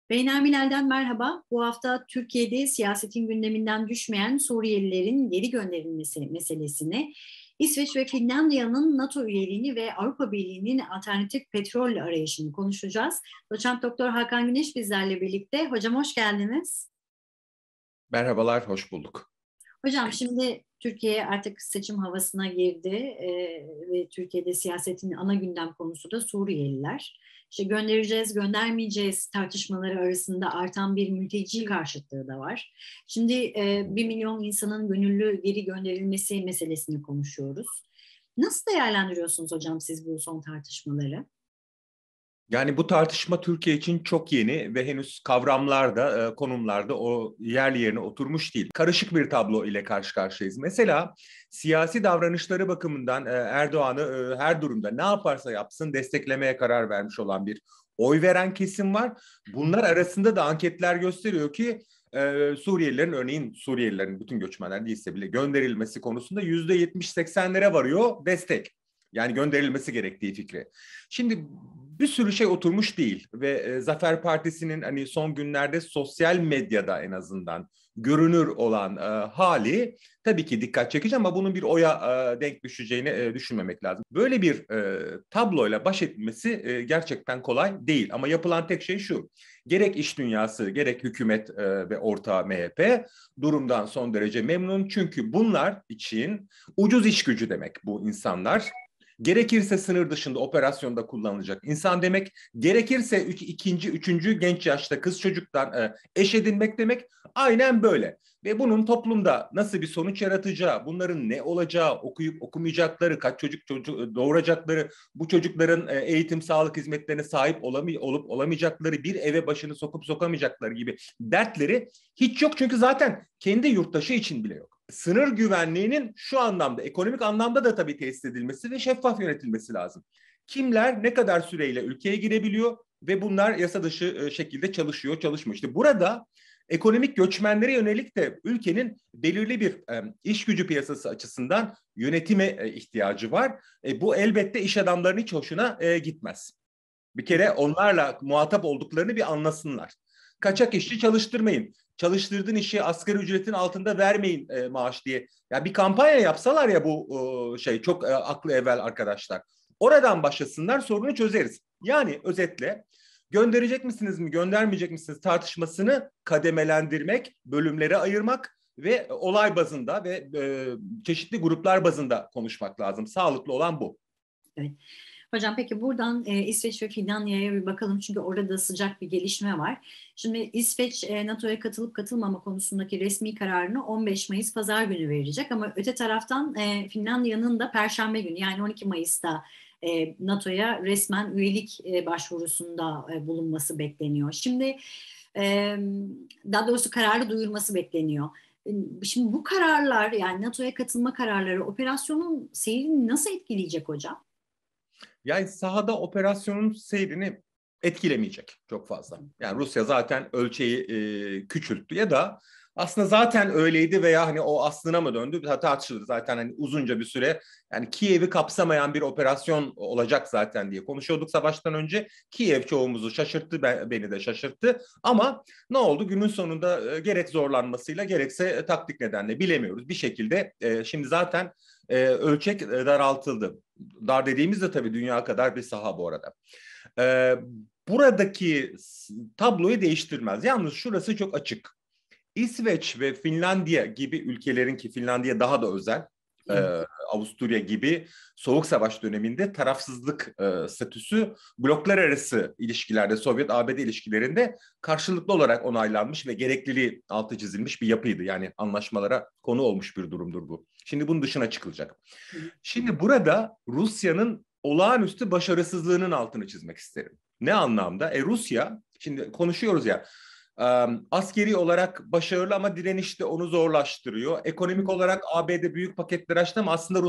Beynelmilal'den merhaba. Bu hafta Türkiye'de siyasetin gündeminden düşmeyen Suriyelilerin geri gönderilmesi meselesini, İsveç ve Finlandiya'nın NATO üyeliğini ve Avrupa Birliği'nin alternatif petrol arayışını konuşacağız. Doçent Doktor Hakan Güneş bizlerle birlikte. Hocam hoş geldiniz. Merhabalar, hoş bulduk. Hocam şimdi Türkiye artık seçim havasına girdi ve Türkiye'de siyasetin ana gündem konusu da Suriyeliler. İşte göndereceğiz, göndermeyeceğiz tartışmaları arasında artan bir mülteci karşıtlığı da var. Şimdi 1 milyon insanın gönüllü geri gönderilmesi meselesini konuşuyoruz. Nasıl değerlendiriyorsunuz hocam siz bu son tartışmaları? Yani bu tartışma Türkiye için çok yeni ve henüz kavramlarda, konumlarda o yerli yerine oturmuş değil. Karışık bir tablo ile karşı karşıyayız. Mesela siyasi davranışları bakımından Erdoğan'ı her durumda ne yaparsa yapsın desteklemeye karar vermiş olan bir oy veren kesim var. Bunlar arasında da anketler gösteriyor ki Suriyelilerin, örneğin Suriyelilerin bütün göçmenler değilse bile gönderilmesi konusunda %70-80'lere varıyor destek. Yani gönderilmesi gerektiği fikri. Şimdi bir sürü şey oturmuş değil ve Zafer Partisi'nin hani son günlerde sosyal medyada en azından görünür olan hali tabii ki dikkat çekici ama bunun bir oya denk düşeceğini düşünmemek lazım. Böyle bir tabloyla baş etmesi gerçekten kolay değil ama yapılan tek şey şu: gerek iş dünyası gerek hükümet ve ortağı MHP durumdan son derece memnun, çünkü bunlar için ucuz iş gücü demek bu insanlar. Gerekirse sınır dışında operasyonda kullanılacak insan demek, gerekirse ikinci, üçüncü genç yaşta kız çocuktan eş edinmek demek. Aynen böyle. Ve bunun toplumda nasıl bir sonuç yaratacağı, bunların ne olacağı, okuyup okumayacakları, kaç çocuk doğuracakları, bu çocukların eğitim, sağlık hizmetlerine sahip olup olamayacakları, bir eve başını sokup sokamayacakları gibi dertleri hiç yok. Çünkü zaten kendi yurttaşı için bile yok. Sınır güvenliğinin şu anlamda, ekonomik anlamda da tabii tesis edilmesi ve şeffaf yönetilmesi lazım. Kimler ne kadar süreyle ülkeye girebiliyor ve bunlar yasa dışı şekilde çalışıyor, çalışmıyor. İşte burada ekonomik göçmenlere yönelik de ülkenin belirli bir iş gücü piyasası açısından yönetime ihtiyacı var. Bu elbette iş adamlarının hiç hoşuna gitmez. Bir kere onlarla muhatap olduklarını bir anlasınlar. Kaçak işçi çalıştırmayın. Çalıştırdığın işi asgari ücretin altında vermeyin maaş diye. Ya bir kampanya yapsalar ya, bu şey çok aklı evvel arkadaşlar. Oradan başlasınlar, sorunu çözeriz. Yani özetle gönderecek misiniz mi, göndermeyecek misiniz tartışmasını kademelendirmek, bölümlere ayırmak ve olay bazında ve çeşitli gruplar bazında konuşmak lazım. Sağlıklı olan bu. Evet. Hocam peki buradan İsveç ve Finlandiya'ya bir bakalım çünkü orada da sıcak bir gelişme var. Şimdi İsveç NATO'ya katılıp katılmama konusundaki resmi kararını 15 Mayıs Pazar günü verecek ama öte taraftan Finlandiya'nın da Perşembe günü yani 12 Mayıs'ta NATO'ya resmen üyelik başvurusunda bulunması bekleniyor. Şimdi e, daha doğrusu kararı duyurması bekleniyor. Şimdi bu kararlar yani NATO'ya katılma kararları operasyonun seyrini nasıl etkileyecek hocam? Yani sahada operasyonun seyrini etkilemeyecek çok fazla. Yani Rusya zaten ölçeği küçülttü ya da aslında zaten öyleydi veya hani o aslına mı döndü tartışılır. Zaten hani uzunca bir süre yani Kiev'i kapsamayan bir operasyon olacak zaten diye konuşuyorduk savaştan önce. Kiev çoğumuzu şaşırttı, beni de şaşırttı. Ama ne oldu? Günün sonunda gerek zorlanmasıyla gerekse taktik nedenle bilemiyoruz. Bir şekilde şimdi zaten ölçek daraltıldı. Dar dediğimizde tabii dünya kadar bir saha bu arada. Ee, Buradaki tabloyu değiştirmez. Yalnız şurası çok açık. İsveç ve Finlandiya gibi ülkelerin, ki Finlandiya daha da özel, e, Evet. Avusturya gibi Soğuk Savaş döneminde tarafsızlık statüsü bloklar arası ilişkilerde, Sovyet-ABD ilişkilerinde karşılıklı olarak onaylanmış ve gerekliliği altı çizilmiş bir yapıydı. Yani anlaşmalara konu olmuş bir durumdur bu. Şimdi bunun dışına çıkılacak. Şimdi burada Rusya'nın olağanüstü başarısızlığının altını çizmek isterim. Ne anlamda? Rusya, şimdi konuşuyoruz ya, askeri olarak başarılı ama direniş de onu zorlaştırıyor. Ekonomik olarak ABD büyük paketler açtı ama aslında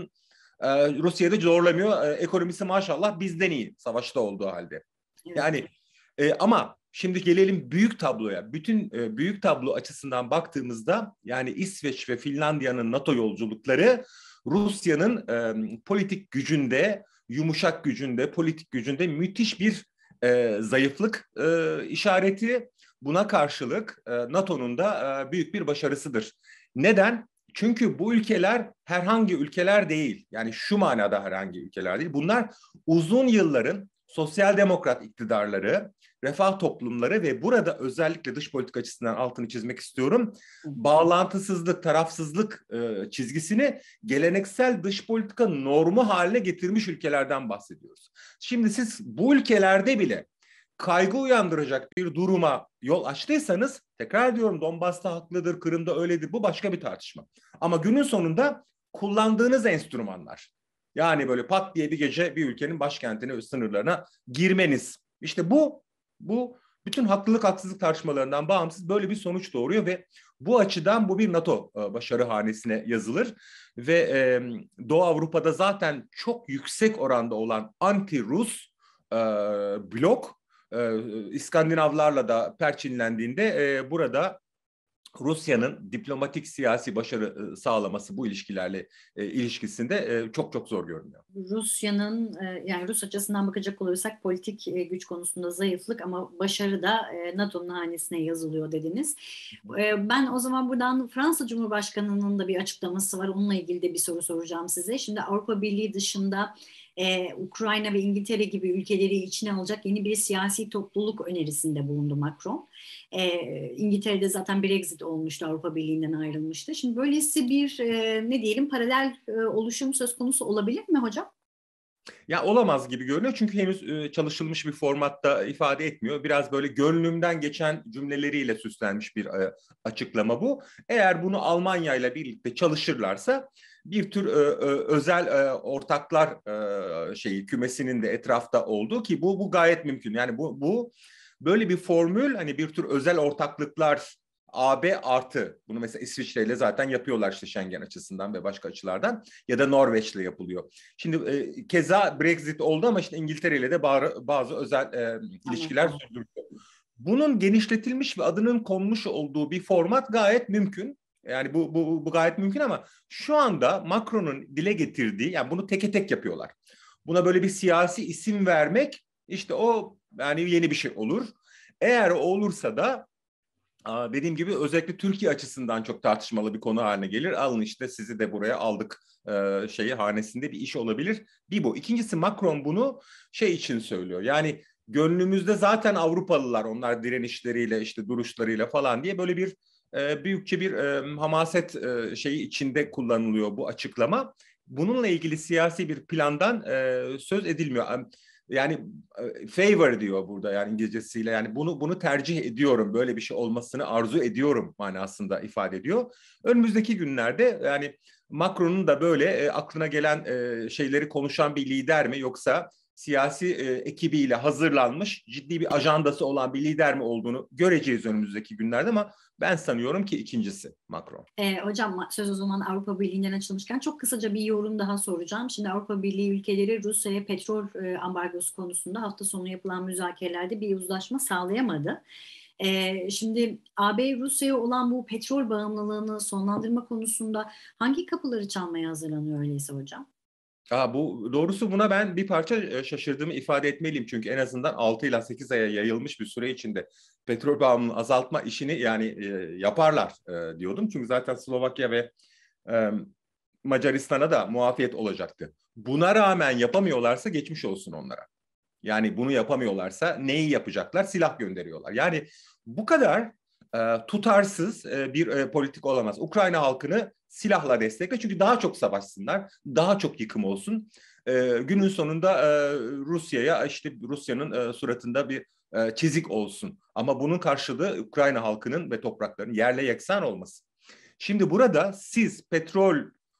Rusya'yı da zorlamıyor. Ekonomisi maşallah bizden iyi savaşta olduğu halde. Evet. Yani ama şimdi gelelim büyük tabloya. Bütün büyük tablo açısından baktığımızda yani İsveç ve Finlandiya'nın NATO yolculukları Rusya'nın politik gücünde, yumuşak gücünde, politik gücünde müthiş bir zayıflık işareti. Buna karşılık NATO'nun da büyük bir başarısıdır. Neden? Çünkü bu ülkeler herhangi ülkeler değil. Yani şu manada herhangi ülkeler değil. Bunlar uzun yılların sosyal demokrat iktidarları, refah toplumları ve burada özellikle dış politika açısından altını çizmek istiyorum. Bağlantısızlık, tarafsızlık çizgisini geleneksel dış politika normu haline getirmiş ülkelerden bahsediyoruz. Şimdi siz bu ülkelerde bile kaygı uyandıracak bir duruma yol açtıysanız, tekrar diyorum, Donbas'ta haklıdır, Kırım'da öyledir, bu başka bir tartışma. Ama günün sonunda kullandığınız enstrümanlar, yani böyle pat diye bir gece bir ülkenin başkentine, sınırlarına girmeniz, işte bu bütün haklılık haksızlık tartışmalarından bağımsız böyle bir sonuç doğuruyor ve bu açıdan bu bir NATO başarı hanesine yazılır ve Doğu Avrupa'da zaten çok yüksek oranda olan anti-Rus blok İskandinavlarla da perçinlendiğinde burada Rusya'nın diplomatik siyasi başarı sağlaması bu ilişkilerle ilişkisinde çok çok zor görünüyor. Rusya'nın yani Rus açısından bakacak olursak politik güç konusunda zayıflık ama başarı da NATO'nun hanesine yazılıyor dediniz. Ben o zaman buradan Fransa Cumhurbaşkanı'nın da bir açıklaması var. Onunla ilgili de bir soru soracağım size. Şimdi Avrupa Birliği dışında Ukrayna ve İngiltere gibi ülkeleri içine alacak yeni bir siyasi topluluk önerisinde bulundu Macron. İngiltere'de zaten Brexit olmuştu, Avrupa Birliği'nden ayrılmıştı. Şimdi böylesi bir ne diyelim paralel oluşum söz konusu olabilir mi hocam? Ya olamaz gibi görünüyor çünkü henüz çalışılmış bir formatta ifade etmiyor. Biraz böyle gönlümden geçen cümleleriyle süslenmiş bir açıklama bu. Eğer bunu Almanya ile birlikte çalışırlarsa bir tür özel ortaklar kümesinin de etrafta olduğu, ki bu gayet mümkün. Yani bu böyle bir formül, hani bir tür özel ortaklıklar AB artı, bunu mesela İsviçre ile zaten yapıyorlar işte Schengen açısından ve başka açılardan, ya da Norveç'le yapılıyor. Şimdi keza Brexit oldu ama işte İngiltere ile de bazı özel ilişkiler sürdürülüyor. Bunun genişletilmiş ve adının konmuş olduğu bir format gayet mümkün. Yani bu gayet mümkün ama şu anda Macron'un dile getirdiği, yani bunu teke tek yapıyorlar. Buna böyle bir siyasi isim vermek, işte o yani yeni bir şey olur. Eğer o olursa da dediğim gibi özellikle Türkiye açısından çok tartışmalı bir konu haline gelir. Alın işte sizi de buraya aldık hanesinde bir iş olabilir. Bir bu. İkincisi, Macron bunu için söylüyor. Yani gönlümüzde zaten Avrupalılar, onlar direnişleriyle işte duruşlarıyla falan diye böyle bir büyükçe bir hamaset içinde kullanılıyor bu açıklama. Bununla ilgili siyasi bir plandan söz edilmiyor. Yani favor diyor burada, yani İngilizcesiyle, yani bunu tercih ediyorum, böyle bir şey olmasını arzu ediyorum manasında ifade ediyor. Önümüzdeki günlerde yani Macron'un da böyle aklına gelen şeyleri konuşan bir lider mi, yoksa siyasi ekibiyle hazırlanmış ciddi bir ajandası olan bir lider mi olduğunu göreceğiz önümüzdeki günlerde, ama ben sanıyorum ki ikincisi Macron. Hocam söz o zaman Avrupa Birliği'nden açılmışken çok kısaca bir yorum daha soracağım. Şimdi Avrupa Birliği ülkeleri Rusya'ya petrol ambargosu konusunda hafta sonu yapılan müzakerelerde bir uzlaşma sağlayamadı. Şimdi AB Rusya'ya olan bu petrol bağımlılığını sonlandırma konusunda hangi kapıları çalmaya hazırlanıyor öyleyse hocam? Doğrusu buna ben bir parça şaşırdığımı ifade etmeliyim. Çünkü en azından 6 ila 8 aya yayılmış bir süre içinde petrol bağımlılığını azaltma işini yani yaparlar diyordum. Çünkü zaten Slovakya ve Macaristan'a da muafiyet olacaktı. Buna rağmen yapamıyorlarsa geçmiş olsun onlara. Yani bunu yapamıyorlarsa neyi yapacaklar? Silah gönderiyorlar. Yani bu kadar tutarsız bir politik olamaz. Ukrayna halkını silahla destekle, çünkü daha çok savaşsınlar, daha çok yıkım olsun. Günün sonunda Rusya'ya, işte Rusya'nın suratında bir çizik olsun. Ama bunun karşılığı Ukrayna halkının ve topraklarının yerle yeksan olması. Şimdi burada siz petrol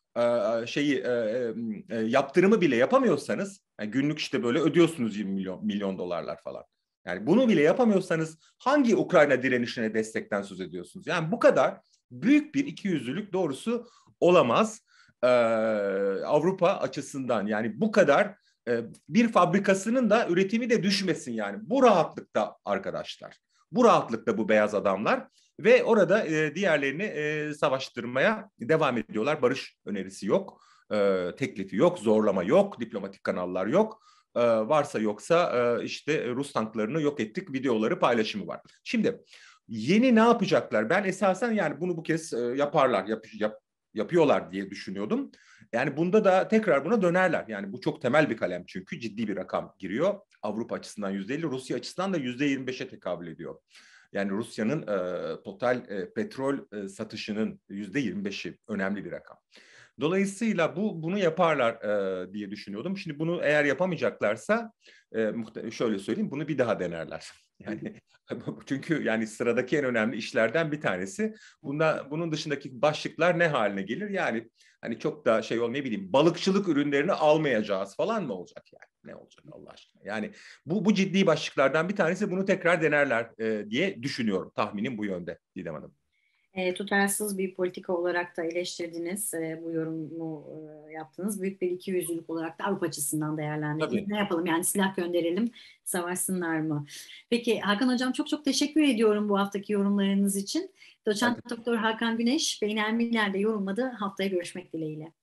yaptırımı bile yapamıyorsanız, yani günlük işte böyle ödüyorsunuz 20 milyon dolarlar falan. Yani bunu bile yapamıyorsanız hangi Ukrayna direnişine destekten söz ediyorsunuz? Yani bu kadar büyük bir ikiyüzlülük doğrusu olamaz Avrupa açısından. Yani bu kadar bir fabrikasının da üretimi de düşmesin yani. Bu rahatlıkta arkadaşlar. Bu rahatlıkta bu beyaz adamlar ve orada diğerlerini savaştırmaya devam ediyorlar. Barış önerisi yok, teklifi yok, zorlama yok, diplomatik kanallar yok. Varsa yoksa işte Rus tanklarını yok ettik videoları paylaşımı var. Şimdi yeni ne yapacaklar? Ben esasen yani bunu bu kez yaparlar, yapıyorlar diye düşünüyordum. Yani bunda da tekrar buna dönerler. Yani bu çok temel bir kalem çünkü ciddi bir rakam giriyor. Avrupa açısından %50, Rusya açısından da %25'e tekabül ediyor. Yani Rusya'nın total petrol satışının %25'i önemli bir rakam. Dolayısıyla bunu yaparlar diye düşünüyordum. Şimdi bunu eğer yapamayacaklarsa şöyle söyleyeyim, bunu bir daha denerler. Yani çünkü yani sıradaki en önemli işlerden bir tanesi. Bunun dışındaki başlıklar ne haline gelir? Yani hani çok da şey ne bileyim, balıkçılık ürünlerini almayacağız falan mı olacak yani? Ne olacak Allah aşkına? Yani bu ciddi başlıklardan bir tanesi, bunu tekrar denerler diye düşünüyorum. Tahminim bu yönde Didem Hanım. Tutarsız bir politika olarak da eleştirdiniz, bu yorumu yaptınız. Büyük bir ikiyüzlülük olarak da Avrupa açısından değerlendirdiniz. Tabii. Ne yapalım yani, silah gönderelim, savaşsınlar mı? Peki Hakan Hocam, çok çok teşekkür ediyorum bu haftaki yorumlarınız için. Ben Doçent Doktor Hakan Güneş, Beyin Erbiller'de yorumladı. Haftaya görüşmek dileğiyle.